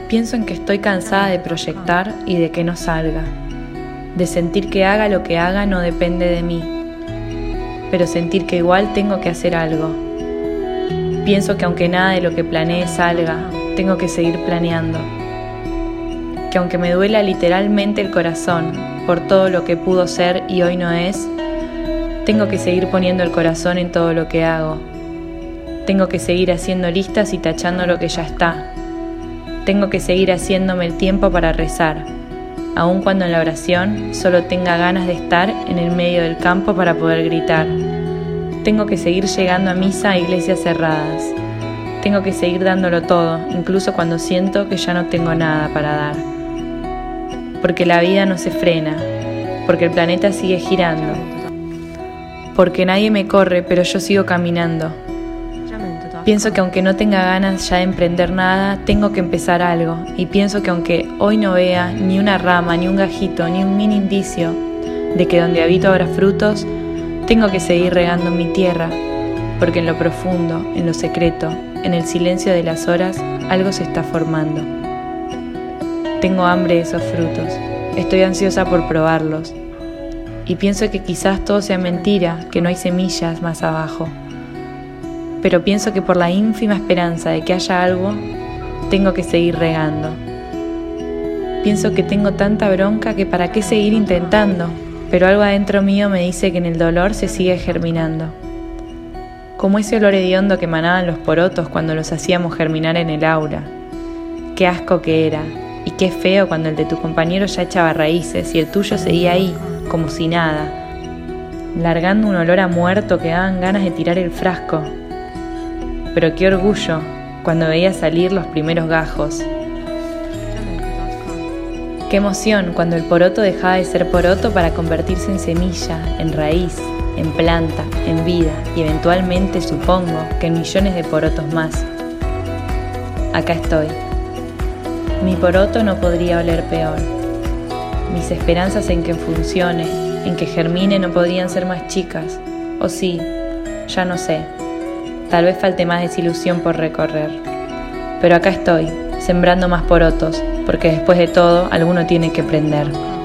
Pienso en que estoy cansada de proyectar y de que no salga, de sentir que haga lo que haga no depende de mí, pero sentir que igual tengo que hacer algo. Pienso que aunque nada de lo que planee salga, tengo que seguir planeando. Que aunque me duela literalmente el corazón por todo lo que pudo ser y hoy no es, tengo que seguir poniendo el corazón en todo lo que hago. Tengo que seguir haciendo listas y tachando lo que ya está. Tengo que seguir haciéndome el tiempo para rezar, aun cuando en la oración solo tenga ganas de estar en el medio del campo para poder gritar. Tengo que seguir llegando a misa a iglesias cerradas. Tengo que seguir dándolo todo, incluso cuando siento que ya no tengo nada para dar. Porque la vida no se frena, porque el planeta sigue girando, porque nadie me corre, pero yo sigo caminando. Pienso que aunque no tenga ganas ya de emprender nada, tengo que empezar algo. Y pienso que aunque hoy no vea ni una rama, ni un gajito, ni un mini indicio de que donde habito habrá frutos, tengo que seguir regando mi tierra, porque en lo profundo, en lo secreto, en el silencio de las horas, algo se está formando. Tengo hambre de esos frutos, estoy ansiosa por probarlos. Y pienso que quizás todo sea mentira, que no hay semillas más abajo. Pero pienso que por la ínfima esperanza de que haya algo, tengo que seguir regando. Pienso que tengo tanta bronca que para qué seguir intentando, pero algo adentro mío me dice que en el dolor se sigue germinando. Como ese olor hediondo que emanaban los porotos cuando los hacíamos germinar en el aula. Qué asco que era, y qué feo cuando el de tu compañero ya echaba raíces y el tuyo seguía ahí, como si nada, largando un olor a muerto que daban ganas de tirar el frasco. Pero qué orgullo cuando veía salir los primeros gajos. Qué emoción cuando el poroto dejaba de ser poroto para convertirse en semilla, en raíz, en planta, en vida y eventualmente, supongo, que en millones de porotos más. Acá estoy. Mi poroto no podría oler peor. Mis esperanzas en que funcione, en que germine no podrían ser más chicas. O sí, ya no sé. Tal vez falte más desilusión por recorrer. Pero acá estoy, sembrando más porotos, porque después de todo, alguno tiene que prender.